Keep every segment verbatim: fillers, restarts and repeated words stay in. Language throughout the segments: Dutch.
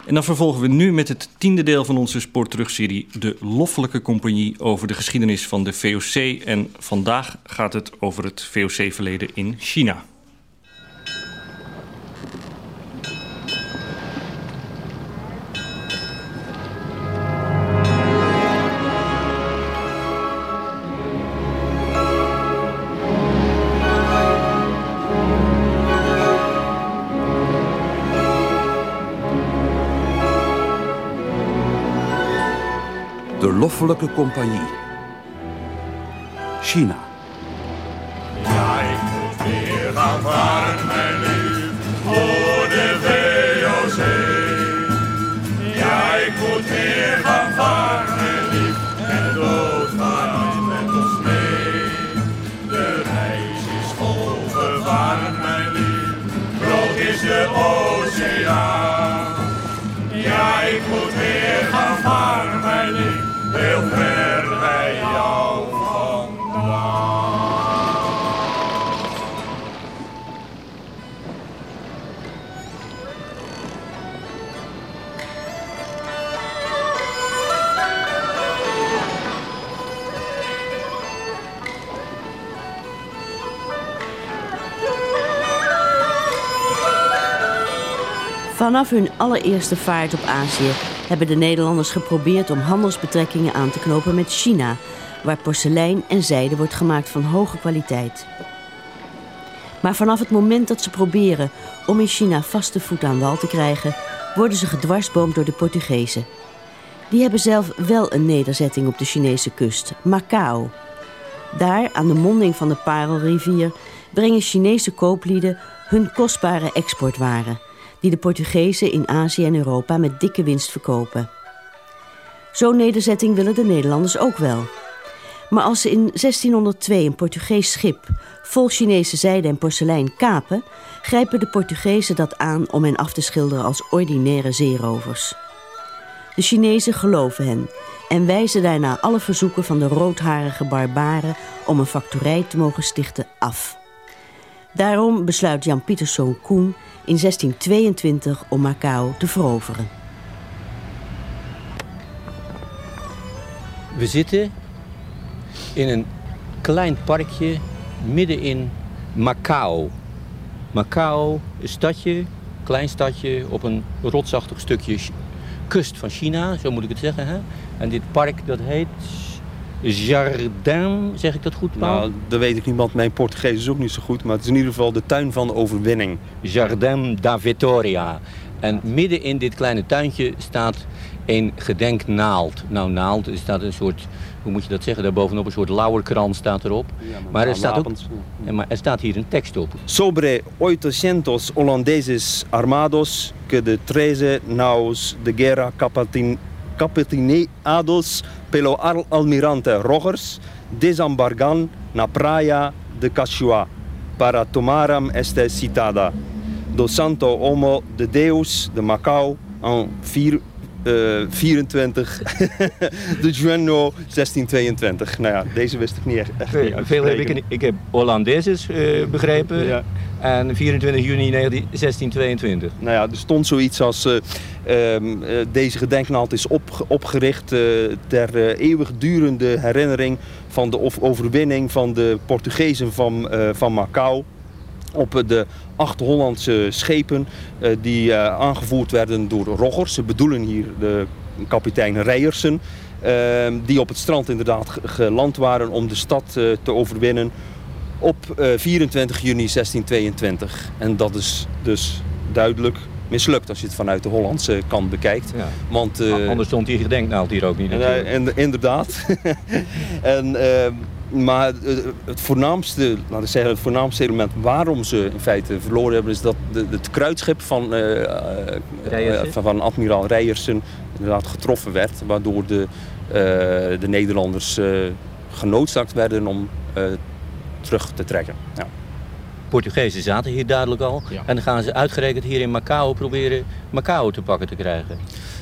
En dan vervolgen we nu met het tiende deel van onze Spoorterugserie De Loffelijke Compagnie over de geschiedenis van de V O C. En vandaag gaat het over het V O C-verleden in China. De Loffelijke Compagnie. China. Ja, ik moet weer gaan varen, mijn lief, voor de V O C. Ja, ik moet weer gaan varen, mijn lief, en de dood gaat met ons mee. De reis is overvaren, mijn lief, groot is de oceaan. Ja, ik moet weer gaan varen, mijn lief, heel ver bij jou vandaan. Vanaf hun allereerste vaart op Azië hebben de Nederlanders geprobeerd om handelsbetrekkingen aan te knopen met China, waar porselein en zijde wordt gemaakt van hoge kwaliteit. Maar vanaf het moment dat ze proberen om in China vaste voet aan wal te krijgen, worden ze gedwarsboomd door de Portugezen. Die hebben zelf wel een nederzetting op de Chinese kust, Macao. Daar, aan de monding van de Parelrivier, brengen Chinese kooplieden hun kostbare exportwaren, die de Portugezen in Azië en Europa met dikke winst verkopen. Zo'n nederzetting willen de Nederlanders ook wel. Maar als ze in zestienhonderdtwee een Portugees schip vol Chinese zijde en porselein kapen, grijpen de Portugezen dat aan om hen af te schilderen als ordinaire zeerovers. De Chinezen geloven hen en wijzen daarna alle verzoeken van de roodharige barbaren om een factorij te mogen stichten af. Daarom besluit Jan Pieterszoon Koen in zestien tweeëntwintig om Macao te veroveren. We zitten in een klein parkje midden in Macao. Macao, een stadje, klein stadje op een rotsachtig stukje kust van China, zo moet ik het zeggen. Hè? En dit park dat heet Jardin, zeg ik dat goed, Paul? Nou, dat weet ik niet, want mijn Portugees is ook niet zo goed. Maar het is in ieder geval de tuin van de overwinning. Jardin da Vitória. En midden in dit kleine tuintje staat een gedenknaald. Nou, naald, er staat een soort, hoe moet je dat zeggen, daarbovenop een soort lauwerkrans staat erop. Ja, maar, maar, er staat ook, ja, maar er staat hier een tekst op. Sobre ochocientos holandeses armados que de treze naus de guerra capatin capitaneados pelo almirante Rogers desembargan na praia de Cachua para tomaram esta citada do santo homo de Deus de Macao en vier, uh, vierentwintig de junio zestien tweeëntwintig. Nou ja, deze wist ik niet echt. echt ja, veel heb ik, ik heb Hollandeses uh, begrepen. Ja. En vierentwintig juni zestien tweeëntwintig. Nou ja, er stond zoiets als uh, uh, deze gedenknaald is op, opgericht uh, ter uh, eeuwigdurende herinnering van de overwinning van de Portugezen van, uh, van Macao op de acht Hollandse schepen uh, die uh, aangevoerd werden door Rogers. Ze bedoelen hier de kapitein Reiersen, uh, die op het strand inderdaad geland waren om de stad uh, te overwinnen op uh, vierentwintig juni zestien tweeëntwintig. En dat is dus duidelijk mislukt als je het vanuit de Hollandse kant bekijkt. Ja. Want, uh, Anders stond die gedenknaald hier ook niet natuurlijk. Uh, en, inderdaad. en, uh, maar uh, het voornaamste, laten we zeggen, het voornaamste element waarom ze in feite verloren hebben, is dat de, het kruitschip van, uh, uh, van, van admiraal Reiersen inderdaad getroffen werd, waardoor de, uh, de Nederlanders uh, genoodzaakt werden om uh, terug te trekken. Ja. Portugezen zaten hier duidelijk al. Ja. En dan gaan ze uitgerekend hier in Macao proberen Macao te pakken te krijgen.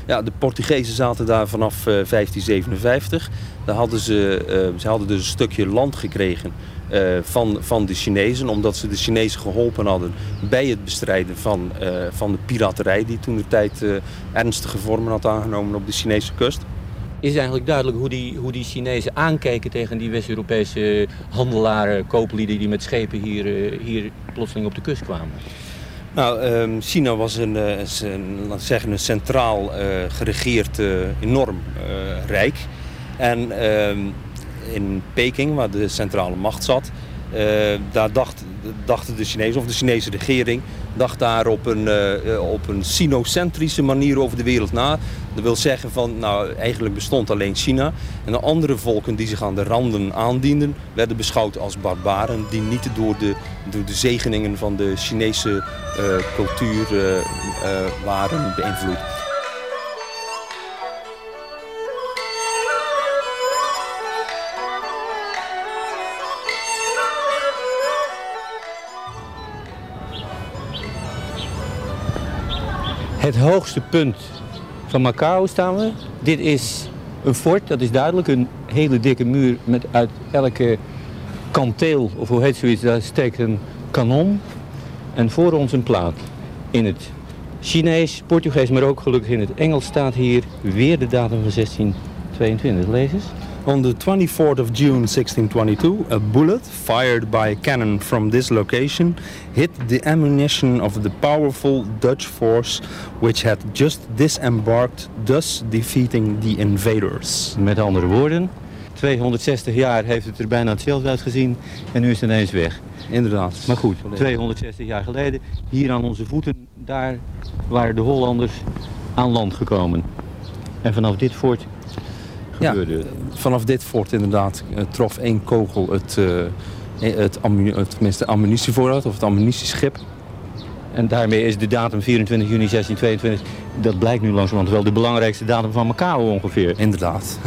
Ja, de Portugezen zaten daar vanaf uh, vijftien zevenenvijftig. Daar hadden ze, uh, ze hadden dus een stukje land gekregen uh, van, van de Chinezen, omdat ze de Chinezen geholpen hadden bij het bestrijden van, uh, van de piraterij die toen de tijd uh, ernstige vormen had aangenomen op de Chinese kust. Is eigenlijk duidelijk hoe die, hoe die Chinezen aankeken tegen die West-Europese handelaren, kooplieden die met schepen hier, uh, hier plotseling op de kust kwamen? Nou, um, China was een, uh, een, laten we zeggen, een centraal uh, geregeerd uh, enorm uh, rijk. En uh, in Peking, waar de centrale macht zat, uh, daar dacht, dachten de Chinezen, of de Chinese regering, dacht daar op een, uh, op een sinocentrische manier over de wereld na. Dat wil zeggen van, nou, eigenlijk bestond alleen China. En de andere volken die zich aan de randen aandienden, werden beschouwd als barbaren die niet door de, door de zegeningen van de Chinese uh, cultuur uh, uh, waren beïnvloed. Het hoogste punt van Macao staan we. Dit is een fort, dat is duidelijk. Een hele dikke muur met uit elke kanteel, of hoe heet zoiets, daar steekt een kanon. En voor ons een plaat. In het Chinees, Portugees, maar ook gelukkig in het Engels staat hier weer de datum van zestien tweeëntwintig. Lees eens. On the twenty-fourth of June sixteen twenty-two, a bullet fired by a cannon from this location hit the ammunition of the powerful Dutch force which had just disembarked, thus defeating the invaders. Met andere woorden, tweehonderdzestig jaar heeft het er bijna hetzelfde uitgezien en nu is het ineens weg. Inderdaad. Maar goed, tweehonderdzestig jaar geleden, hier aan onze voeten, daar waren de Hollanders aan land gekomen. En vanaf dit fort gebeurde ja, vanaf dit fort inderdaad uh, trof één kogel het, uh, het, ammuni- het tenminste ammunitievoorraad of het ammunitieschip. En daarmee is de datum vierentwintig juni zestien tweeëntwintig, dat blijkt nu langzamerhand wel de belangrijkste datum van Macao ongeveer. Inderdaad.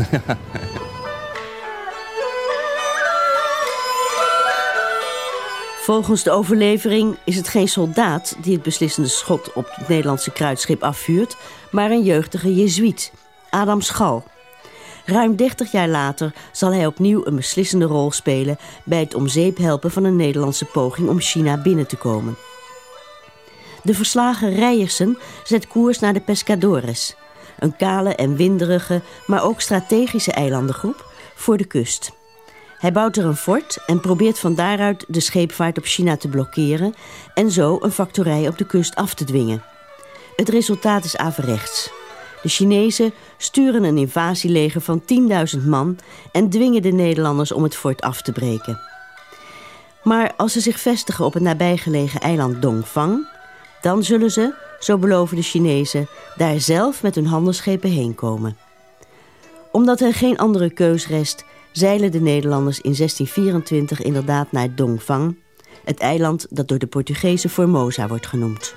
Volgens de overlevering is het geen soldaat die het beslissende schot op het Nederlandse kruitschip afvuurt, maar een jeugdige jezuïet, Adam Schal. Ruim dertig jaar later zal hij opnieuw een beslissende rol spelen bij het om zeep helpen van een Nederlandse poging om China binnen te komen. De verslagen Reiersen zet koers naar de Pescadores, een kale en winderige, maar ook strategische eilandengroep voor de kust. Hij bouwt er een fort en probeert van daaruit de scheepvaart op China te blokkeren en zo een factorij op de kust af te dwingen. Het resultaat is averechts. De Chinezen sturen een invasieleger van tienduizend man en dwingen de Nederlanders om het fort af te breken. Maar als ze zich vestigen op het nabijgelegen eiland Dongfang, dan zullen ze, zo beloven de Chinezen, daar zelf met hun handelsschepen heen komen. Omdat er geen andere keus rest, zeilen de Nederlanders in zestien vierentwintig inderdaad naar Dongfang, het eiland dat door de Portugezen Formosa wordt genoemd.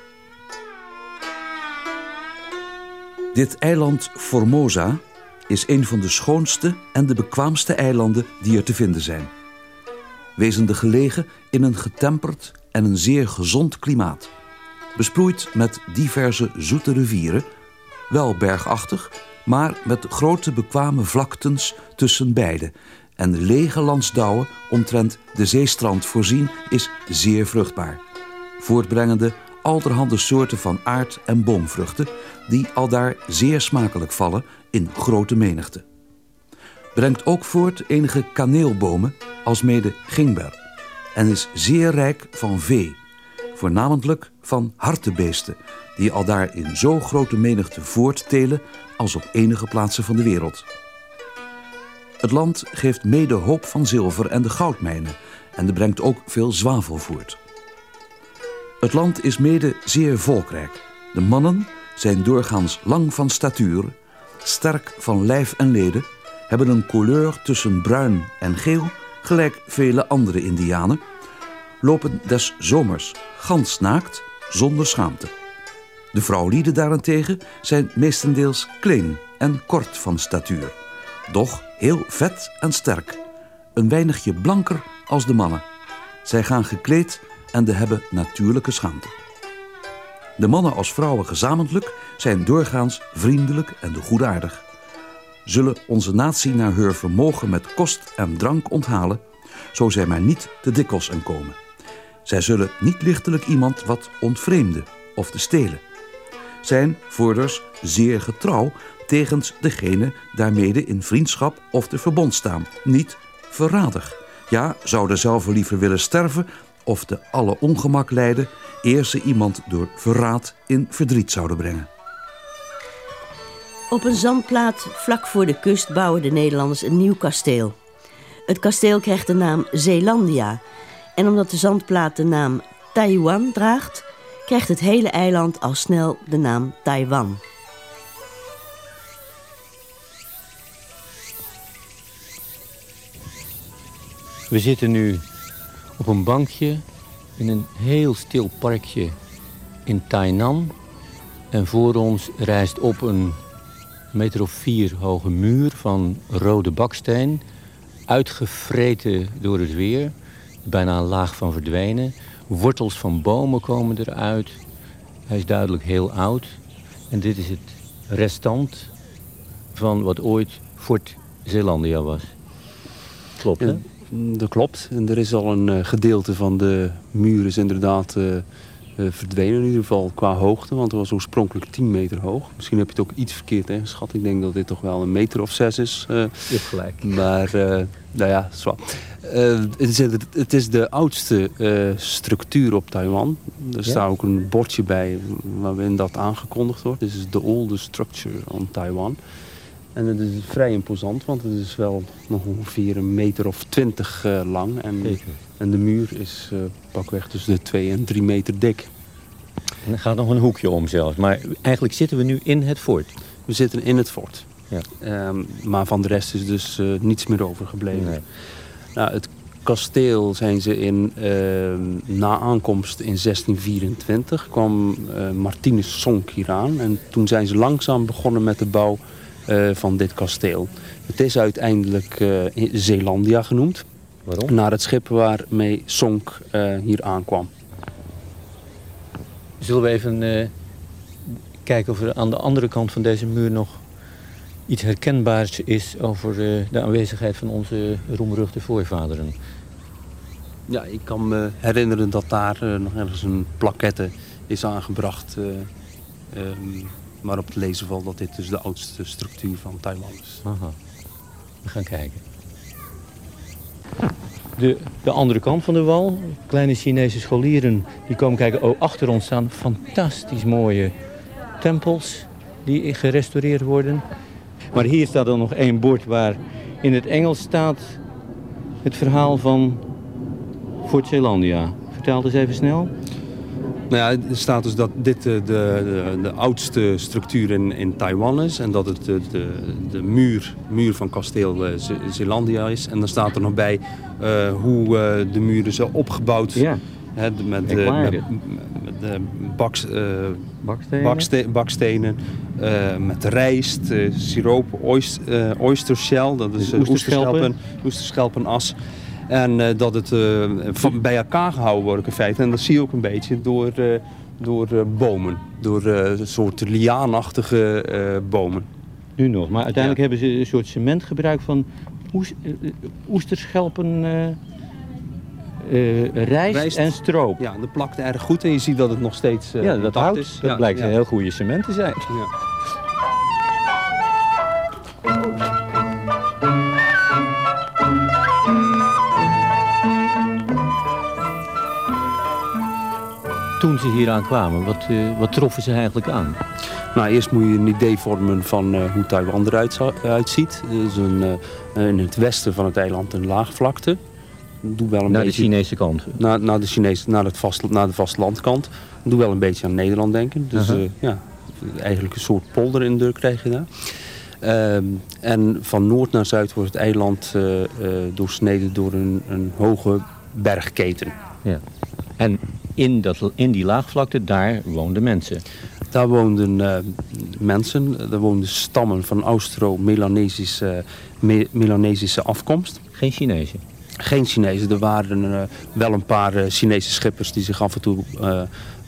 Dit eiland Formosa is een van de schoonste en de bekwaamste eilanden die er te vinden zijn. Wezende gelegen in een getemperd en een zeer gezond klimaat. Besproeid met diverse zoete rivieren, wel bergachtig, maar met grote bekwame vlaktens tussen beide. En de lege landsdouwen omtrent de zeestrand voorzien is zeer vruchtbaar, voortbrengende allerhande soorten van aard- en boomvruchten die aldaar zeer smakelijk vallen in grote menigte. Brengt ook voort enige kaneelbomen alsmede gingber en is zeer rijk van vee, voornamelijk van hartebeesten die aldaar in zo grote menigte voorttelen als op enige plaatsen van de wereld. Het land geeft mede hoop van zilver en de goudmijnen en er brengt ook veel zwavel voort. Het land is mede zeer volkrijk. De mannen zijn doorgaans lang van statuur, sterk van lijf en leden, hebben een couleur tussen bruin en geel, gelijk vele andere Indianen, lopen des zomers gans naakt, zonder schaamte. De vrouwlieden daarentegen zijn meestendeels klein en kort van statuur, doch heel vet en sterk, een weinigje blanker als de mannen. Zij gaan gekleed en de hebben natuurlijke schaamte. De mannen als vrouwen gezamenlijk zijn doorgaans vriendelijk en goedaardig. Zullen onze natie naar haar vermogen met kost en drank onthalen, zo zij maar niet te dikwijls en komen. Zij zullen niet lichtelijk iemand wat ontvreemden of te stelen. Zijn voorders zeer getrouw tegens degene daarmede in vriendschap of te verbond staan, niet verradig. Ja, zouden zelf liever willen sterven of te alle ongemak lijden, eer ze iemand door verraad in verdriet zouden brengen. Op een zandplaat vlak voor de kust bouwen de Nederlanders een nieuw kasteel. Het kasteel krijgt de naam Zeelandia. En omdat de zandplaat de naam Taiwan draagt, krijgt het hele eiland al snel de naam Taiwan. We zitten nu op een bankje in een heel stil parkje in Tainan. En voor ons rijst op een meter of vier hoge muur van rode baksteen, uitgevreten door het weer, bijna een laag van verdwenen. Wortels van bomen komen eruit. Hij is duidelijk heel oud. En dit is het restant van wat ooit Fort Zeelandia was. Klopt, hè? Ja, dat klopt. En er is al een uh, gedeelte van de muur is inderdaad uh, uh, verdwenen. In ieder geval qua hoogte, want het was oorspronkelijk tien meter hoog. Misschien heb je het ook iets verkeerd ingeschat. Ik denk dat dit toch wel een meter of zes is. Uh, Je hebt gelijk. Maar, uh, nou ja, zwaar. Uh, het, is, het is de oudste uh, structuur op Taiwan. Er Ja? staat ook een bordje bij waarin dat aangekondigd wordt. Dit is the oldest structure on Taiwan. En het is vrij imposant, want het is wel nog ongeveer een meter of twintig uh, lang. En, en de muur is uh, pakweg tussen de twee en drie meter dik. En er gaat nog een hoekje om zelfs. Maar eigenlijk zitten we nu in het fort. We zitten in het fort. Ja. Um, maar van de rest is dus uh, niets meer overgebleven. Nee. Nou, het kasteel zijn ze in, uh, na aankomst in zestien vierentwintig kwam uh, Martinus Sonk hier aan. En toen zijn ze langzaam begonnen met de bouw uh, van dit kasteel. Het is uiteindelijk uh, Zeelandia genoemd. Waarom? Naar het schip waarmee Sonk uh, hier aankwam. Zullen we even uh, kijken of er aan de andere kant van deze muur nog iets herkenbaars is over uh, de aanwezigheid van onze roemruchte voorvaderen. Ja, ik kan me herinneren dat daar uh, nog ergens een plaquette is aangebracht. Uh, um, waarop te lezen valt dat dit dus de oudste structuur van Taiwan is. Aha. We gaan kijken. De, de andere kant van de wal, kleine Chinese scholieren die komen kijken. Oh, achter ons staan fantastisch mooie tempels die gerestaureerd worden. Maar hier staat dan nog één bord waar in het Engels staat het verhaal van Fort Zeelandia. Vertel eens even snel. Nou ja, er staat dus dat dit de, de, de oudste structuur in, in Taiwan is. En dat het de, de, de muur, muur van kasteel uh, Zeelandia is. En dan staat er nog bij uh, hoe uh, de muren zijn opgebouwd. Ja. Hè, met, de, met, met de baks, uh, bakstenen, bakste, bakstenen uh, met rijst, uh, siroop, oyster, uh, oystershell, dat is uh, oesterschelpen, oesterschelpenas. En uh, dat het uh, van, bij elkaar gehouden wordt in feite. En dat zie je ook een beetje door, uh, door uh, bomen. Door uh, een soort liaanachtige uh, bomen. Nu nog, maar uiteindelijk Ja. hebben ze een soort cement gebruikt van oes, uh, oesterschelpen, uh, uh, rijst, Rijst. en stroop. Ja, dat plakt erg goed en je ziet dat het nog steeds uh, Ja, dat intact houdt. is. Dat ja, blijkt ja. een heel goede cement te zijn. Ja. Toen ze hier aankwamen, wat, uh, wat troffen ze eigenlijk aan? Nou, eerst moet je een idee vormen van uh, hoe Taiwan eruit uitziet. Het is een, uh, in het westen van het eiland een laagvlakte. Doe wel een Naar beetje, de Chinese kant. Naar, naar, de Chinese, naar, het vast, naar de vastelandkant. Doe wel een beetje aan Nederland denken. Dus Uh-huh. uh, ja, eigenlijk een soort polder in de krijg je daar. Uh, en van noord naar zuid wordt het eiland uh, uh, doorsneden door een, een hoge bergketen. Ja. En in, dat, in die laagvlakte, daar woonden mensen. Daar woonden uh, mensen, daar woonden stammen van Austro-Melanesische Me- Melanesische afkomst. Geen Chinezen. Geen Chinezen, er waren uh, wel een paar uh, Chinese schippers die zich af en toe uh,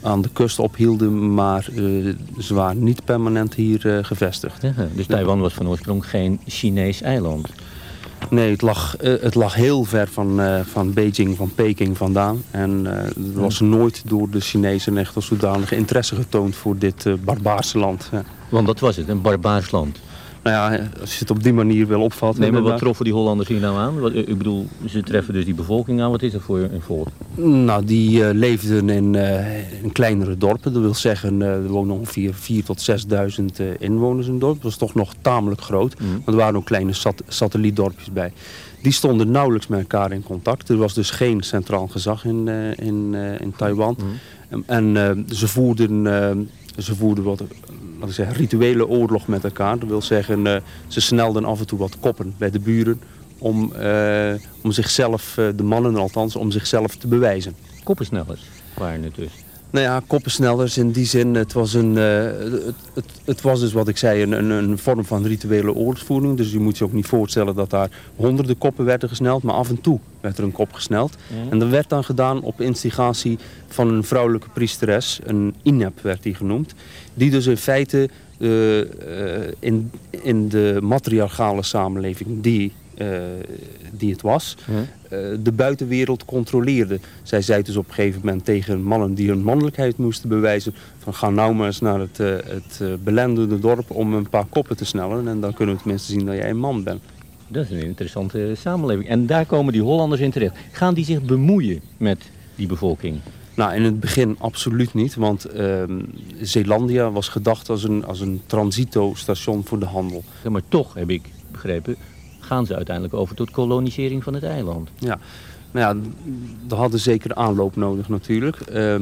aan de kust ophielden, maar uh, ze waren niet permanent hier uh, gevestigd. Ja, dus Taiwan was van oorsprong geen Chinees eiland? Nee, het lag, uh, het lag heel ver van, uh, van Beijing, van Peking vandaan. En uh, er was nooit door de Chinezen echt als zodanige interesse getoond voor dit uh, barbaarse land. Ja. Want dat was het, een barbaars land. Nou ja, als je het op die manier wil opvatten. Nee, maar wat troffen die Hollanders hier nou aan? Wat, ik bedoel, ze treffen dus die bevolking aan. Wat is dat voor een volk? Nou, die uh, leefden in, uh, in kleinere dorpen. Dat wil zeggen, uh, er wonen ongeveer vierduizend tot zesduizend uh, inwoners in het dorp. Dat was toch nog tamelijk groot. Mm. Maar er waren ook kleine sat satellietdorpjes bij. Die stonden nauwelijks met elkaar in contact. Er was dus geen centraal gezag in, uh, in, uh, in Taiwan. Mm. En uh, ze voerden... Uh, Ze voerden wat, laat ik zeggen, rituele oorlog met elkaar. Dat wil zeggen, uh, ze snelden af en toe wat koppen bij de buren om, uh, om zichzelf, uh, de mannen althans, om zichzelf te bewijzen. Koppensnellers waren het dus? Nou ja, koppensnellers in die zin, het was, een, uh, het, het, het was dus wat ik zei, een, een, een vorm van rituele oorlogsvoering. Dus je moet je ook niet voorstellen dat daar honderden koppen werden gesneld, maar af en toe werd er een kop gesneld. Ja. En dat werd dan gedaan op instigatie van een vrouwelijke priesteres, een inep werd die genoemd. Die dus in feite uh, uh, in, in de matriarchale samenleving die... Uh, die het was, uh, de buitenwereld controleerde. Zij zei dus op een gegeven moment tegen mannen die hun mannelijkheid moesten bewijzen, van ga nou maar eens naar het, uh, het uh, belendende dorp om een paar koppen te snellen en dan kunnen we tenminste zien dat jij een man bent. Dat is een interessante samenleving. En daar komen die Hollanders in terecht. Gaan die zich bemoeien met die bevolking? Nou, in het begin absoluut niet, want uh, Zeelandia was gedacht als een, als een transito-station voor de handel. Ja, maar toch, heb ik begrepen, gaan ze uiteindelijk over tot kolonisering van het eiland. Ja, nou ja, dat hadden zeker aanloop nodig natuurlijk. Uh,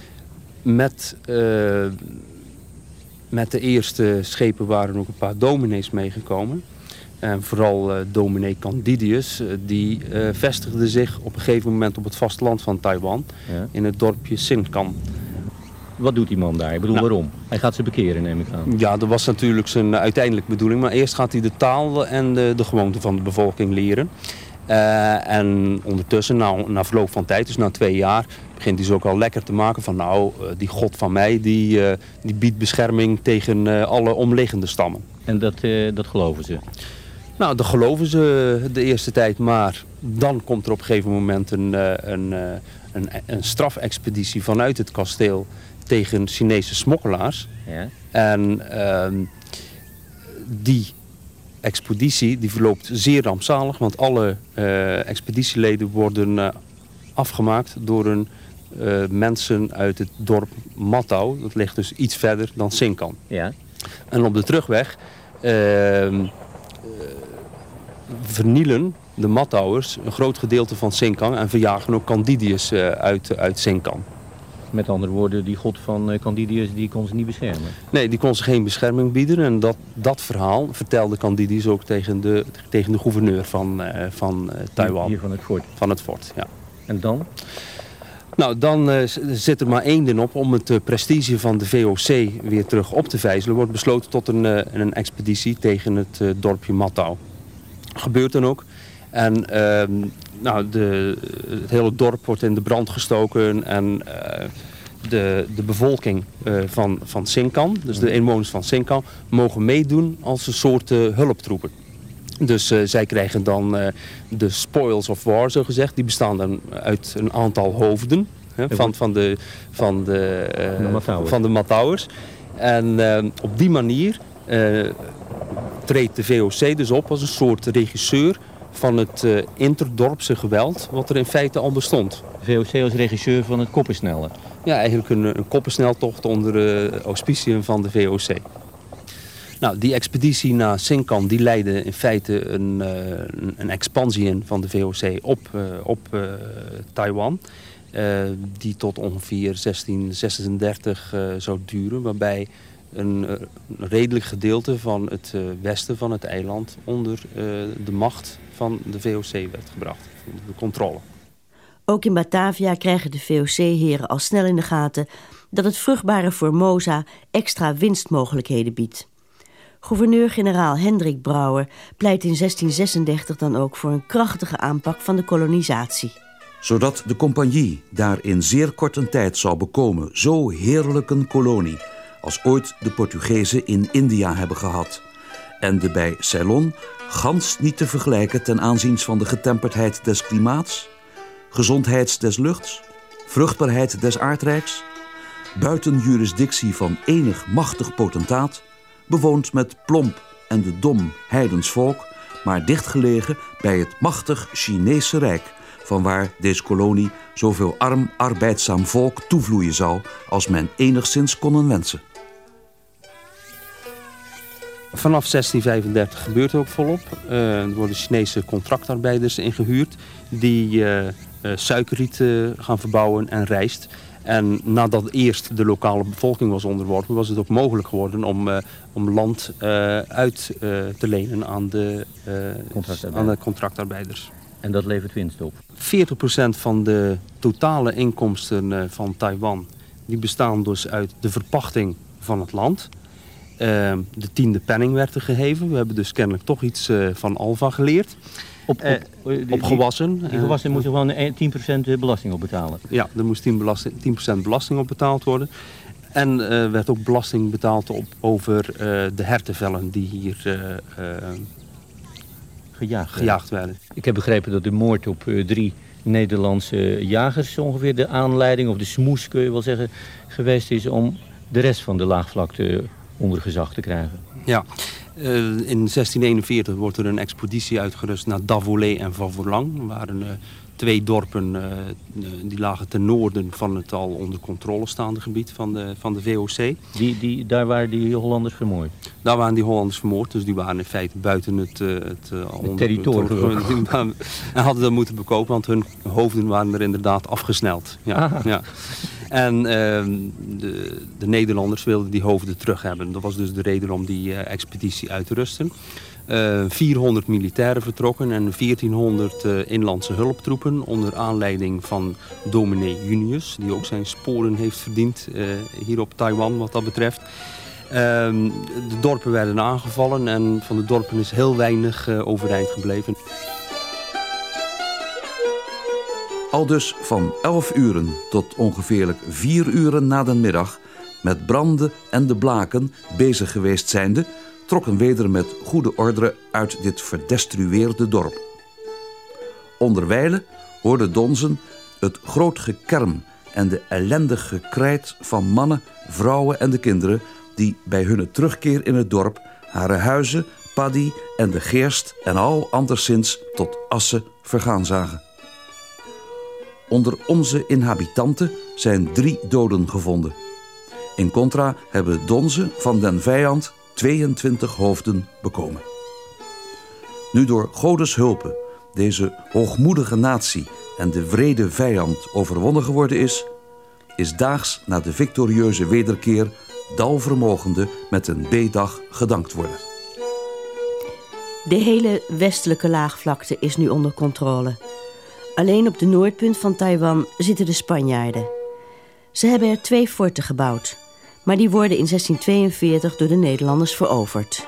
met, uh, met de eerste schepen waren ook een paar dominees meegekomen. En vooral uh, dominee Candidius, uh, die uh, vestigde zich op een gegeven moment op het vasteland van Taiwan, ja, in het dorpje Sinkan. Wat doet die man daar? Ik bedoel, nou, waarom? Hij gaat ze bekeren, neem ik aan. Ja, dat was natuurlijk zijn uiteindelijke bedoeling. Maar eerst gaat hij de taal en de, de gewoonten van de bevolking leren. Uh, en ondertussen, nou, na verloop van tijd, dus na twee jaar, begint hij ze ook al lekker te maken van nou, uh, die god van mij, die, uh, die biedt bescherming tegen uh, alle omliggende stammen. En dat, uh, dat geloven ze? Nou, dat geloven ze de eerste tijd, maar dan komt er op een gegeven moment een, een, een, een strafexpeditie vanuit het kasteel tegen Chinese smokkelaars. Ja. En uh, die expeditie die verloopt zeer rampzalig, want alle uh, expeditieleden worden uh, afgemaakt door een, uh, mensen uit het dorp Matau. Dat ligt dus iets verder dan Sinkan. Ja. En op de terugweg uh, uh, vernielen de Matauers een groot gedeelte van Sinkan en verjagen ook Candidius uh, uit, uit Sinkan. Met andere woorden, die god van Candidius die kon ze niet beschermen? Nee, die kon ze geen bescherming bieden. En dat, dat verhaal vertelde Candidius ook tegen de, tegen de gouverneur van, uh, van uh, Taiwan. Hier van het fort? Van het fort, ja. En dan? Nou, dan uh, zit er maar één ding op. Om het uh, prestige van de V O C weer terug op te vijzelen, wordt besloten tot een, uh, een expeditie tegen het uh, dorpje Matau. Gebeurt dan ook. En uh, nou, de, het hele dorp wordt in de brand gestoken en uh, de, de bevolking uh, van, van Sinkan, dus de inwoners van Sinkan, mogen meedoen als een soort uh, hulptroepen. Dus uh, zij krijgen dan uh, de spoils of war, zo gezegd. Die bestaan dan uit een aantal hoofden hè, van, van de, van de, uh, van de Matauers. En uh, op die manier uh, treedt de V O C dus op als een soort regisseur van het uh, interdorpse geweld, wat er in feite al bestond. V O C als regisseur van het koppensnellen? Ja, eigenlijk een, een koppensneltocht onder de uh, auspiciën van de V O C. Nou, die expeditie naar Sinkan, die leidde in feite een, uh, een, een expansie in van de V O C op, uh, op uh, Taiwan. Uh, die tot ongeveer zestien zesendertig uh, zou duren, waarbij een, uh, een redelijk gedeelte van het uh, westen van het eiland onder uh, de macht van de V O C werd gebracht, de controle. Ook in Batavia krijgen de V O C-heren al snel in de gaten dat het vruchtbare Formosa extra winstmogelijkheden biedt. Gouverneur-generaal Hendrik Brouwer pleit in zestien zesendertig dan ook voor een krachtige aanpak van de kolonisatie. Zodat de compagnie daar in zeer korte tijd zou bekomen zo heerlijk een kolonie als ooit de Portugezen in India hebben gehad. En de bij Ceylon gans niet te vergelijken ten aanzien van de getemperdheid des klimaats, gezondheid des luchts, vruchtbaarheid des aardrijks, buiten jurisdictie van enig machtig potentaat, bewoond met plomp en de dom heidens volk, maar dichtgelegen bij het machtig Chinese Rijk, vanwaar deze kolonie zoveel arm arbeidzaam volk toevloeien zou als men enigszins konnen wensen. Vanaf zestien vijfendertig gebeurt het ook volop. Uh, er worden Chinese contractarbeiders ingehuurd die uh, uh, suikerriet uh, gaan verbouwen en rijst. En nadat eerst de lokale bevolking was onderworpen, was het ook mogelijk geworden om, uh, om land uh, uit uh, te lenen aan de, uh, contractarbeiders. aan de contractarbeiders. En dat levert winst op? veertig procent van de totale inkomsten uh, van Taiwan die bestaan dus uit de verpachting van het land. Uh, de tiende penning werd er geheven. We hebben dus kennelijk toch iets uh, van Alva geleerd. Op, op, uh, op die, gewassen. Die gewassen uh, moeten gewoon tien procent belasting op betalen. Ja, er moest tien procent belasting op betaald worden. En er uh, werd ook belasting betaald op, over uh, de hertenvellen die hier uh, uh, gejaagd, gejaagd werden. Ik heb begrepen dat de moord op uh, drie Nederlandse jagers ongeveer de aanleiding, of de smoes kun je wel zeggen, geweest is om de rest van de laagvlakte onder gezag te krijgen. Ja, uh, in zestien eenenveertig wordt er een expeditie uitgerust naar Davolé en Favourlang. Er waren uh, twee dorpen uh, die lagen ten noorden van het al onder controle staande gebied van de, van de V O C. Die, die, daar waren die Hollanders vermoord? Daar waren die Hollanders vermoord, dus die waren in feite buiten het, uh, het, uh, het onder, territorium. Het, en hadden dat moeten bekopen, want hun hoofden waren er inderdaad afgesneld. Ja, ja. En uh, de, de Nederlanders wilden die hoofden terug hebben. Dat was dus de reden om die uh, expeditie uit te rusten. Uh, vierhonderd militairen vertrokken en veertienhonderd uh, inlandse hulptroepen onder aanleiding van dominee Junius, die ook zijn sporen heeft verdiend uh, hier op Taiwan wat dat betreft. Uh, de dorpen werden aangevallen en van de dorpen is heel weinig uh, overeind gebleven. Aldus van elf uren tot ongeveer vier uren na de middag, met branden en de blaken bezig geweest zijnde, trokken weder met goede orde uit dit verdestrueerde dorp. Onderwijlen hoorde Donzen het groot gekerm en de ellendig gekrijt van mannen, vrouwen en de kinderen die bij hun terugkeer in het dorp haar huizen, paddy en de geerst en al anderszins tot assen vergaan zagen. Onder onze inhabitanten zijn drie doden gevonden. In contra hebben Donzen van den vijand tweeëntwintig hoofden bekomen. Nu door Godes hulpe deze hoogmoedige natie en de wrede vijand overwonnen geworden is, is daags na de victorieuze wederkeer dalvermogende met een B-dag gedankt worden. De hele westelijke laagvlakte is nu onder controle. Alleen op de noordpunt van Taiwan zitten de Spanjaarden. Ze hebben er twee forten gebouwd, maar die worden in zestien tweeënveertig door de Nederlanders veroverd.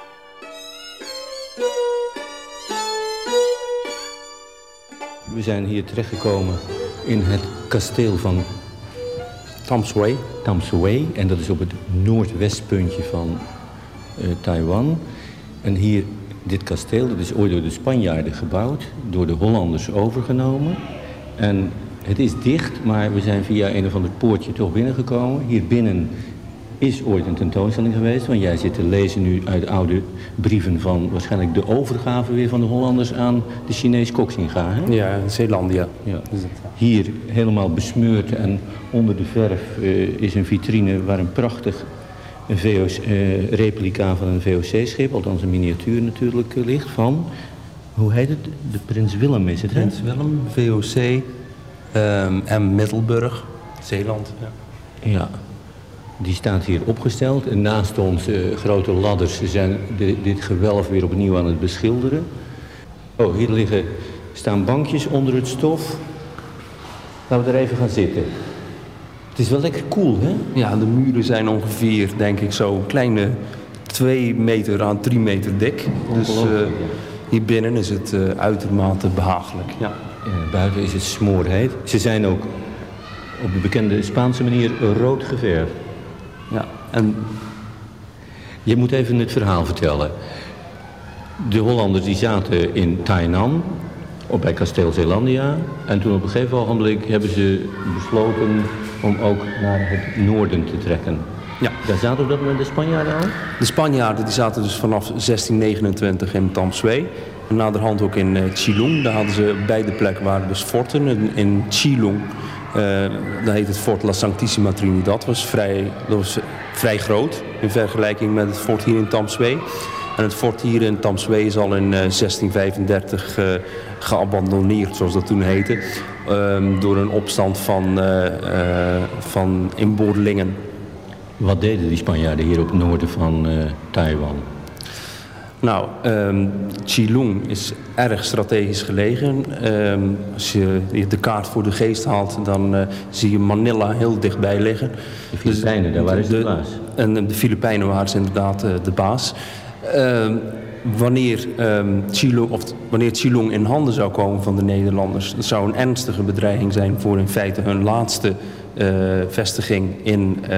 We zijn hier terechtgekomen in het kasteel van Tham Suey. Tham Suey, en dat is op het noordwestpuntje van uh, Taiwan. En hier, dit kasteel, dat is ooit door de Spanjaarden gebouwd, door de Hollanders overgenomen. En het is dicht, maar we zijn via een of ander poortje toch binnengekomen. Hier binnen is ooit een tentoonstelling geweest, want jij zit te lezen nu uit oude brieven van waarschijnlijk de overgave weer van de Hollanders aan de Chinees Koxinga, hè? Ja, Zeelandia. Ja. Hier helemaal besmeurd en onder de verf uh, is een vitrine waar een prachtig een V O C, uh, replica van een V O C-schip, althans een miniatuur natuurlijk, uh, ligt van, hoe heet het? De Prins Willem is het, hè? Prins Willem, V O C um, en Middelburg, Zeeland. Ja. Ja. Die staat hier opgesteld en naast ons uh, grote ladders zijn de, dit gewelf weer opnieuw aan het beschilderen. Oh, hier liggen, staan bankjes onder het stof. Laten we er even gaan zitten. Het is wel lekker koel, hè? Ja, de muren zijn ongeveer, denk ik, zo een kleine twee meter aan drie meter dik. Dus uh, hier binnen is het uh, uitermate behagelijk. Ja. Ja, buiten is het smoorheet. Ze zijn ook op de bekende Spaanse manier rood geverfd. Ja, en je moet even het verhaal vertellen. De Hollanders die zaten in Tainan, op bij kasteel Zeelandia. En toen op een gegeven ogenblik hebben ze besloten om ook naar het noorden te trekken. Ja. Daar zaten op dat moment de Spanjaarden al? De Spanjaarden die zaten dus vanaf zestien negenentwintig in Tamsui. En naderhand ook in uh, Chilung. Daar hadden ze beide plekken waren dus forten. In, in Chilung, uh, daar heet het fort La Sanctissima Trinidad. Dat was vrij, dat was vrij groot in vergelijking met het fort hier in Tamsui. En het fort hier in Tamsui is al in uh, zestien vijfendertig uh, geabandoneerd, zoals dat toen heette. Uh, door een opstand van, uh, uh, van inboorlingen. Wat deden die Spanjaarden hier op het noorden van uh, Taiwan? Nou, um, Chilung is erg strategisch gelegen. Um, als je de kaart voor de geest haalt, dan uh, zie je Manila heel dichtbij liggen. De Filipijnen, dus, daar waren ze de, de baas. En de Filipijnen waren ze inderdaad uh, de baas. Um, wanneer, um, Chilung, of wanneer Chilung in handen zou komen van de Nederlanders, dat zou een ernstige bedreiging zijn voor in feite hun laatste uh, vestiging in, uh,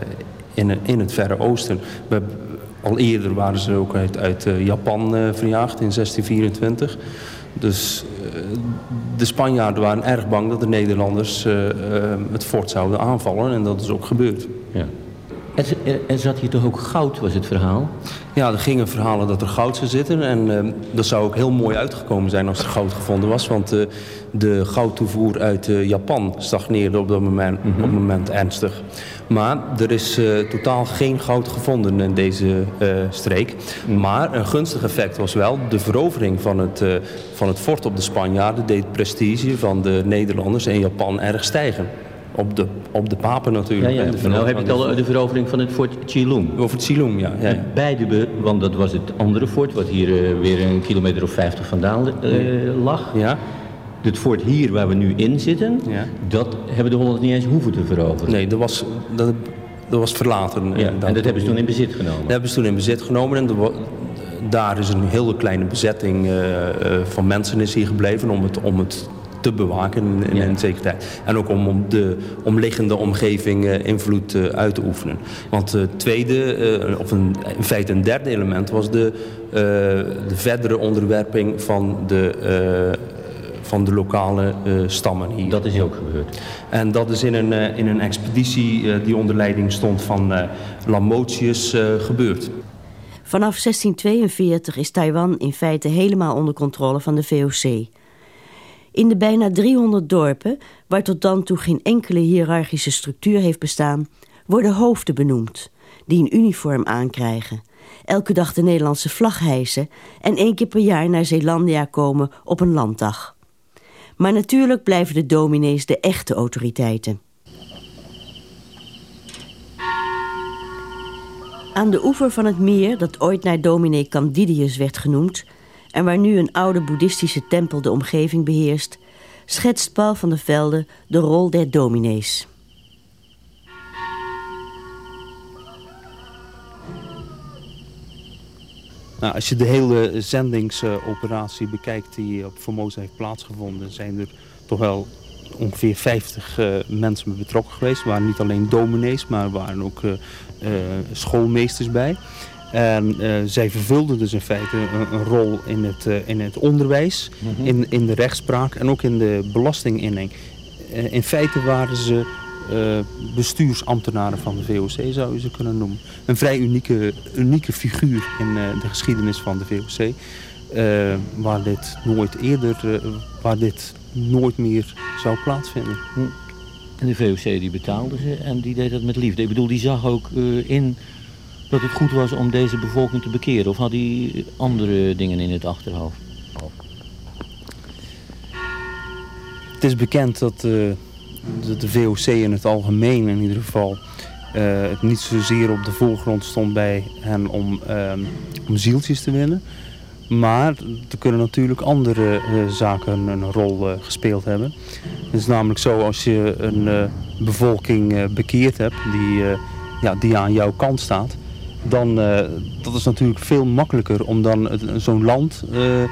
in, in het Verre Oosten. We, al eerder waren ze ook uit, uit uh, Japan uh, verjaagd in zestien vierentwintig. Dus uh, de Spanjaarden waren erg bang dat de Nederlanders uh, uh, het fort zouden aanvallen. En dat is ook gebeurd. Ja. Er, er, er zat hier toch ook goud, was het verhaal? Ja, er gingen verhalen dat er goud zou zitten. En uh, dat zou ook heel mooi uitgekomen zijn als er goud gevonden was. Want uh, de goudtoevoer uit uh, Japan stagneerde op dat moment, mm-hmm. op dat moment ernstig. Maar er is uh, totaal geen goud gevonden in deze uh, streek. Maar een gunstig effect was wel de verovering van het, uh, van het fort op de Spanjaarden deed het prestige van de Nederlanders in Japan erg stijgen. Op de, op de Papen natuurlijk. Ja, ja. De nou heb je het al de verovering van het fort Chilung. Over Chilung, ja. ja, ja. Beide, be, want dat was het andere fort, wat hier uh, weer een kilometer of vijftig vandaan uh, lag. Ja. Het fort hier waar we nu in zitten, ja. dat hebben de Hollanders niet eens hoeven te veroveren. Nee, dat was, dat, dat was verlaten. Ja, en dat, dat hebben ze toen in bezit genomen? Dat hebben ze toen in bezit genomen. En de, daar is een hele kleine bezetting uh, uh, van mensen is hier gebleven om het, om het te bewaken in, in ja. zekerheid. En ook om op de omliggende omgeving uh, invloed uh, uit te oefenen. Want het tweede, uh, of een, in feite een derde element, was de, uh, de verdere onderwerping van de... Uh, van de lokale uh, stammen hier. Dat is ook gebeurd. En dat is in een, uh, in een expeditie uh, die onder leiding stond van uh, Lamotius uh, gebeurd. Vanaf zestien tweeënveertig is Taiwan in feite helemaal onder controle van de V O C. In de bijna driehonderd dorpen, waar tot dan toe geen enkele hiërarchische structuur heeft bestaan, worden hoofden benoemd, die een uniform aankrijgen, elke dag de Nederlandse vlag hijsen en één keer per jaar naar Zeelandia komen op een landdag. Maar natuurlijk blijven de dominees de echte autoriteiten. Aan de oever van het meer, dat ooit naar dominee Candidius werd genoemd en waar nu een oude boeddhistische tempel de omgeving beheerst, schetst Paul van der Velde de rol der dominees. Nou, als je de hele zendingsoperatie uh, bekijkt die op Formosa heeft plaatsgevonden, zijn er toch wel ongeveer vijftig uh, mensen bij betrokken geweest. Er waren niet alleen dominees, maar er waren ook uh, uh, schoolmeesters bij. En uh, zij vervulden dus in feite een, een rol in het, uh, in het onderwijs, mm-hmm. in, in de rechtspraak en ook in de belastinginning. Uh, in feite waren ze uh, bestuursambtenaren van de V O C, zou je ze kunnen noemen. Een vrij unieke, unieke figuur in uh, de geschiedenis van de V O C. Uh, waar dit nooit eerder, uh, waar dit nooit meer zou plaatsvinden. Hm. En de V O C die betaalde ze en die deed dat met liefde. Ik bedoel, die zag ook uh, in dat het goed was om deze bevolking te bekeren. Of had hij andere dingen in het achterhoofd? Het is bekend dat uh, de, de V O C in het algemeen in ieder geval uh, het niet zozeer op de voorgrond stond bij hen om, uh, om zieltjes te winnen. Maar er kunnen natuurlijk andere uh, zaken een rol uh, gespeeld hebben. Het is namelijk zo, als je een uh, bevolking uh, bekeerd hebt die, uh, ja, die aan jouw kant staat, dan uh, dat is natuurlijk veel makkelijker om dan zo'n land uh,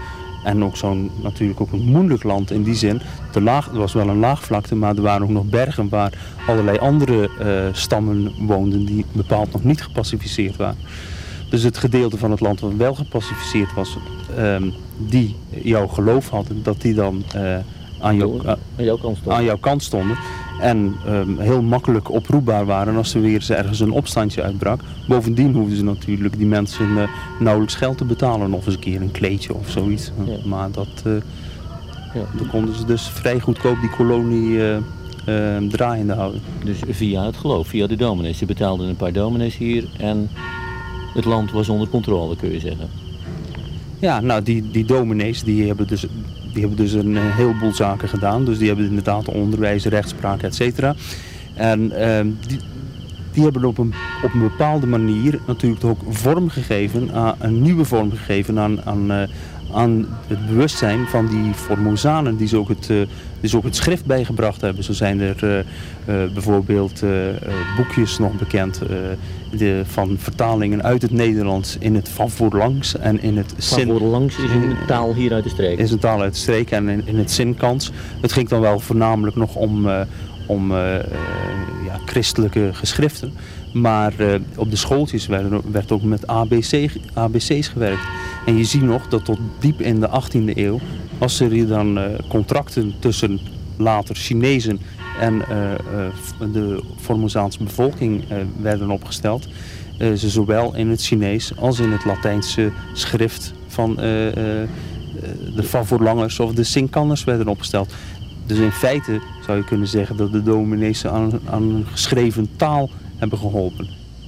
en ook zo'n, natuurlijk ook een moeilijk land in die zin. De laag, het was wel een laagvlakte, maar er waren ook nog bergen waar allerlei andere uh, stammen woonden die bepaald nog niet gepacificeerd waren. Dus het gedeelte van het land wat wel gepacificeerd was, um, die jouw geloof hadden, dat die dan uh, aan, jou, uh, aan, jouw kant stonden. aan jouw kant stonden. En um, heel makkelijk oproepbaar waren als er weer eens ergens een opstandje uitbrak. Bovendien hoefden ze natuurlijk die mensen uh, nauwelijks geld te betalen. Of eens een keer een kleedje of zoiets. Ja. Maar dat, uh, ja. dan konden ze dus vrij goedkoop die kolonie uh, uh, draaiende houden. Dus via het geloof, via de dominees. Ze betaalden een paar dominees hier en het land was onder controle, kun je zeggen. Ja, nou die, die dominees die hebben dus... Die hebben dus een heleboel zaken gedaan. Dus die hebben inderdaad onderwijs, rechtspraak, et cetera. En uh, die, die hebben op een, op een bepaalde manier natuurlijk ook vorm gegeven, aan, een nieuwe vorm gegeven aan, aan, uh, aan het bewustzijn van die Formosanen die ze ook het, uh, die ze ook het schrift bijgebracht hebben. Zo zijn er uh, uh, bijvoorbeeld uh, uh, boekjes nog bekend uh, de, van vertalingen uit het Nederlands in het Van Voorlangs en in het Zin. Van Voorlangs is een taal hier uit de streek. Is een taal uit de streek en in, in het Zinkans. Het ging dan wel voornamelijk nog om, uh, om uh, uh, ja, christelijke geschriften. Maar uh, op de schooltjes werd, werd ook met A B C, A B C's gewerkt. En je ziet nog dat tot diep in de achttiende eeuw, als er hier dan uh, contracten tussen later Chinezen en uh, uh, de Formosaanse bevolking uh, werden opgesteld, uh, ze zowel in het Chinees als in het Latijnse schrift van uh, uh, de Van Voorlangers of de Sinkanners werden opgesteld. Dus in feite zou je kunnen zeggen dat de dominees aan, aan een geschreven taal hebben geholpen.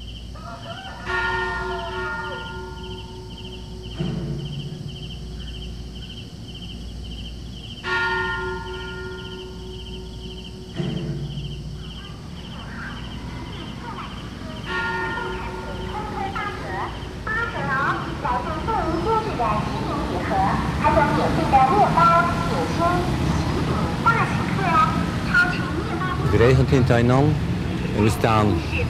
Het regent in Tainan en we staan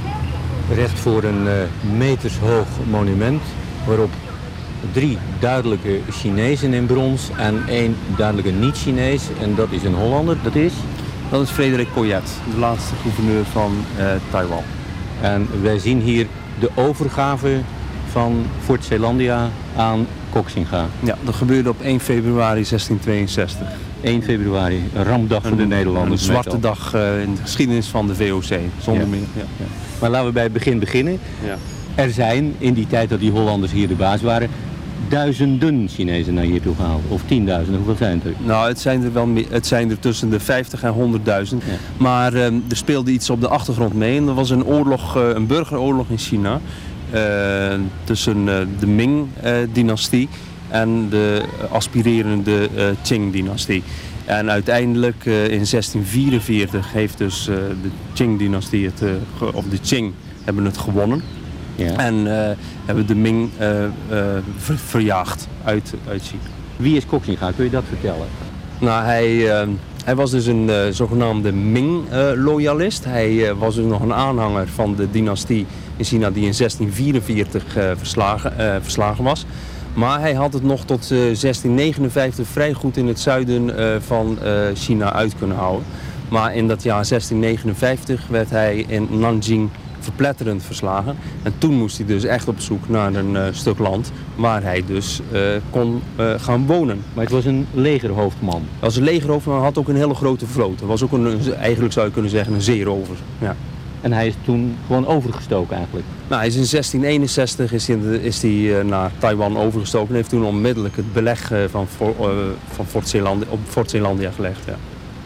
recht voor een uh, metershoog monument waarop drie duidelijke Chinezen in brons en één duidelijke niet-Chinees. En dat is een Hollander, dat is? Dat is Frederik Poyet, de laatste gouverneur van uh, Taiwan. En wij zien hier de overgave van Fort Zeelandia aan Koxinga. Ja, dat gebeurde op één februari zestientweeënzestig. één februari, een rampdag voor de Nederlanders. Een zwarte dag uh, in de geschiedenis van de V O C, zonder ja. meer. Ja. Ja. Maar laten we bij het begin beginnen. Ja. Er zijn, in die tijd dat die Hollanders hier de baas waren, duizenden Chinezen naar hier toe gehaald. Of tienduizenden, hoeveel zijn het er? Nou, het zijn er, wel meer, het zijn er tussen de vijftig en honderdduizend. Ja. Maar uh, er speelde iets op de achtergrond mee. En er was een oorlog, uh, een burgeroorlog in China. Uh, tussen uh, de Ming-dynastie uh, en de aspirerende uh, Qing-dynastie. En uiteindelijk uh, in zestien vierenveertig heeft dus uh, de Qing-dynastie, het, uh, of de Qing, hebben het gewonnen. Ja. En uh, hebben de Ming uh, uh, ver, verjaagd uit, uit China. Wie is Koxinga? Kun je dat vertellen? Nou, hij, uh, hij was dus een uh, zogenaamde Ming-loyalist. Uh, hij uh, was dus nog een aanhanger van de dynastie in China die in zestien vierenveertig uh, verslagen, uh, verslagen was. Maar hij had het nog tot uh, zestien negenenvijftig vrij goed in het zuiden uh, van uh, China uit kunnen houden. Maar in dat jaar zestien negenenvijftig werd hij in Nanjing verpletterend verslagen. En toen moest hij dus echt op zoek naar een uh, stuk land waar hij dus uh, kon uh, gaan wonen. Maar het was een legerhoofdman? Als een legerhoofdman had ook een hele grote vloot. Het was ook een, eigenlijk zou je kunnen zeggen, een zeerover. Ja. En hij is toen gewoon overgestoken eigenlijk? Nou, hij is in zestien eenenzestig is hij, is hij uh, naar Taiwan overgestoken en heeft toen onmiddellijk het beleg uh, van, for, uh, van Fort Zeelandia, op Fort Zeelandia gelegd. Ja.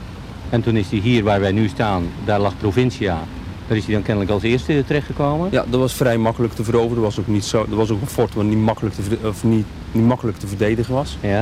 En toen is hij hier waar wij nu staan, daar lag Provincia. Daar is hij dan kennelijk als eerste terechtgekomen? Ja, dat was vrij makkelijk te veroveren. Dat was ook, niet zo, dat was ook een fort wat niet makkelijk te, of niet, niet makkelijk te verdedigen was. Ja.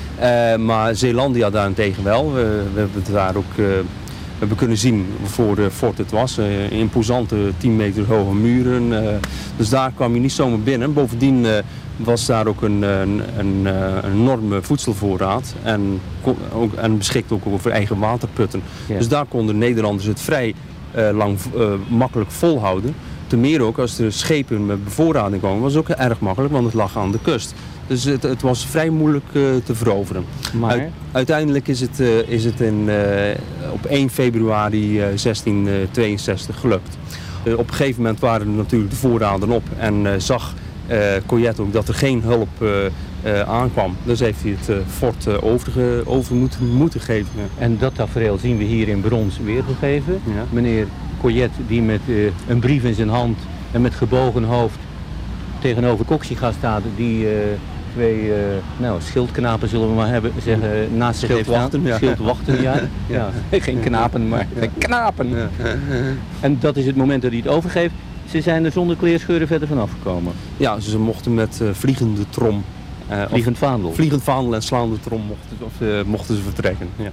Uh, maar Zeelandia daarentegen wel. We, we hebben het daar ook uh, we hebben kunnen zien voor de fort het was. Uh, imposante tien meter hoge muren. Uh, dus daar kwam je niet zomaar binnen. Bovendien uh, was daar ook een, een, een, een enorme voedselvoorraad. En, ook, en beschikte ook over eigen waterputten. Ja. Dus daar konden Nederlanders het vrij Uh, lang uh, makkelijk volhouden. Ten meer ook als er schepen met bevoorrading komen, was het ook erg makkelijk, want het lag aan de kust. Dus het, het was vrij moeilijk uh, te veroveren. Maar... Uit, uiteindelijk is het, uh, is het in, uh, op één februari uh, zestien tweeënzestig gelukt. Uh, op een gegeven moment waren er natuurlijk de voorraden op en uh, zag uh, Coyet ook dat er geen hulp uh, uh, aankwam. Dus heeft hij het uh, fort uh, overge, over moeten, moeten geven. Ja. En dat tafereel zien we hier in brons weergegeven. Ja. Meneer Coyet die met uh, een brief in zijn hand en met gebogen hoofd tegenover Koxinga staat, die uh, twee uh, nou, schildknapen zullen we maar hebben, zeggen, naast zich heeft Schildwachten, ja. Schildwachten, ja. ja. Geen knapen, maar knapen. Ja. En dat is het moment dat hij het overgeeft. Ze zijn er zonder kleerscheuren verder vanaf gekomen. Ja, ze mochten met uh, vliegende trom. Uh, vliegend vaandel. Vliegend vaandel en slaande trom mochten, of, uh, mochten ze vertrekken. Ja.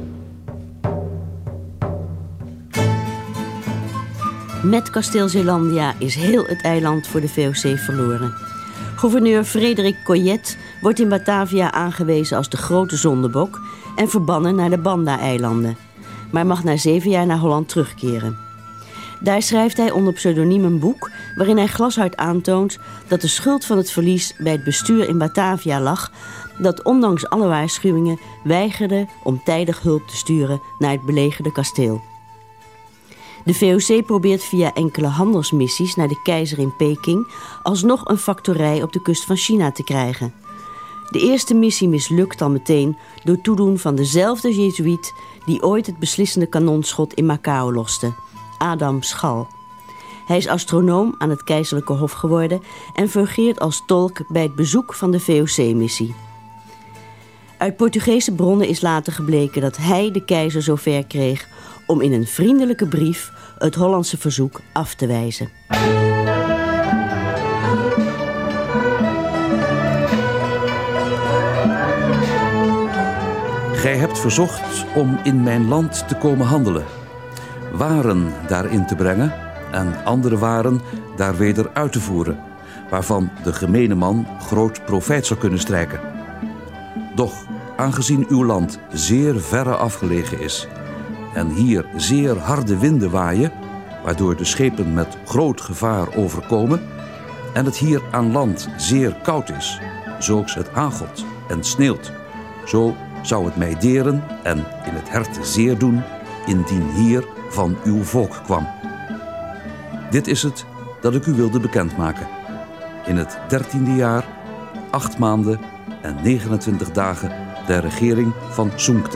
Met kasteel Zeelandia is heel het eiland voor de V O C verloren. Gouverneur Frederik Coyet wordt in Batavia aangewezen als de grote zondebok en verbannen naar de Banda-eilanden, maar mag na zeven jaar naar Holland terugkeren. Daar schrijft hij onder pseudoniem een boek waarin hij glashard aantoont dat de schuld van het verlies bij het bestuur in Batavia lag, dat ondanks alle waarschuwingen weigerde om tijdig hulp te sturen naar het belegerde kasteel. De V O C probeert via enkele handelsmissies naar de keizer in Peking alsnog een factorij op de kust van China te krijgen. De eerste missie mislukt al meteen door toedoen van dezelfde jezuïet die ooit het beslissende kanonschot in Macao loste, Adam Schal. Hij is astronoom aan het keizerlijke hof geworden en fungeert als tolk bij het bezoek van de V O C-missie. Uit Portugese bronnen is later gebleken dat hij de keizer zover kreeg om in een vriendelijke brief het Hollandse verzoek af te wijzen. Gij hebt verzocht om in mijn land te komen handelen, waren daarin te brengen en andere waren daar weder uit te voeren, waarvan de gemene man groot profijt zou kunnen strijken. Doch, aangezien uw land zeer verre afgelegen is en hier zeer harde winden waaien, waardoor de schepen met groot gevaar overkomen, en het hier aan land zeer koud is, zulks het aangot en sneeuwt, zo zou het mij deren en in het harte zeer doen, indien hier van uw volk kwam. Dit is het dat ik u wilde bekendmaken. In het dertiende jaar, acht maanden en negenentwintig dagen der regering van Zongte.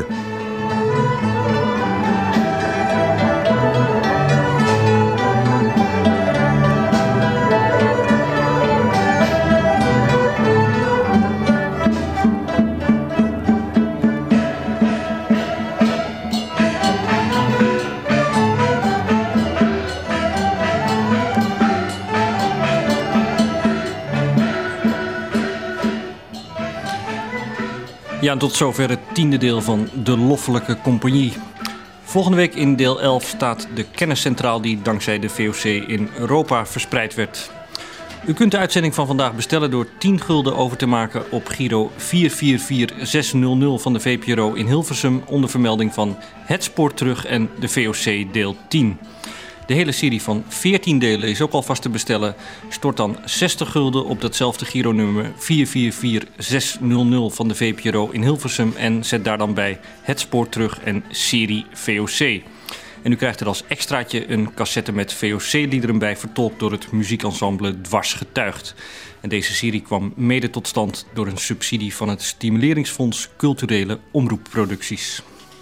Ja, en tot zover het tiende deel van De Loffelijke Compagnie. Volgende week in deel elf staat de kenniscentraal die dankzij de V O C in Europa verspreid werd. U kunt de uitzending van vandaag bestellen door tien gulden over te maken op Giro vier vier vier zes nul nul van de V P R O in Hilversum onder vermelding van Het Spoor Terug en de V O C deel tien. De hele serie van veertien delen is ook alvast te bestellen. Stort dan zestig gulden op datzelfde Giro-nummer vier vier vier zes nul nul van de V P R O in Hilversum en zet daar dan bij Het Spoor Terug en serie V O C. En u krijgt er als extraatje een cassette met V O C-liederen bij, vertolkt door het muziekensemble Dwars Getuigd. En deze serie kwam mede tot stand door een subsidie van het Stimuleringsfonds Culturele Omroepproducties.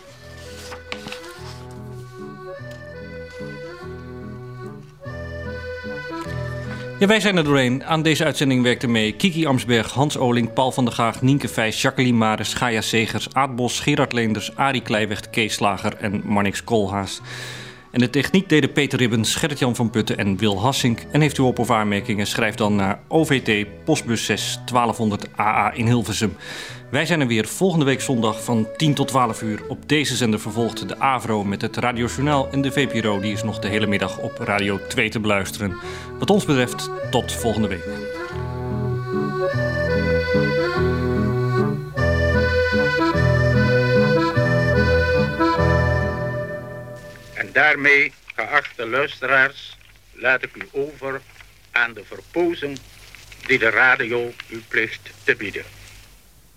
Ja, wij zijn er doorheen. Aan deze uitzending werkten mee Kiki Amsberg, Hans Oling, Paul van der Gaag, Nienke Vijs, Jacqueline Maris, Gaia Segers, Aad Bos, Gerard Leenders, Arie Kleiweg, Kees Slager en Marnix Koolhaas. En de techniek deden Peter Ribbens, Gerrit-Jan van Putten en Wil Hassink. En heeft u op of aanmerkingen, schrijf dan naar O V T, postbus zes, twaalfhonderd A A in Hilversum. Wij zijn er weer volgende week zondag van tien tot twaalf uur. Op deze zender vervolgt de AVRO met het Radiojournaal en de V P R O. Die is nog de hele middag op Radio twee te beluisteren. Wat ons betreft, tot volgende week. En daarmee, geachte luisteraars, laat ik u over aan de verpozing die de radio u plicht te bieden.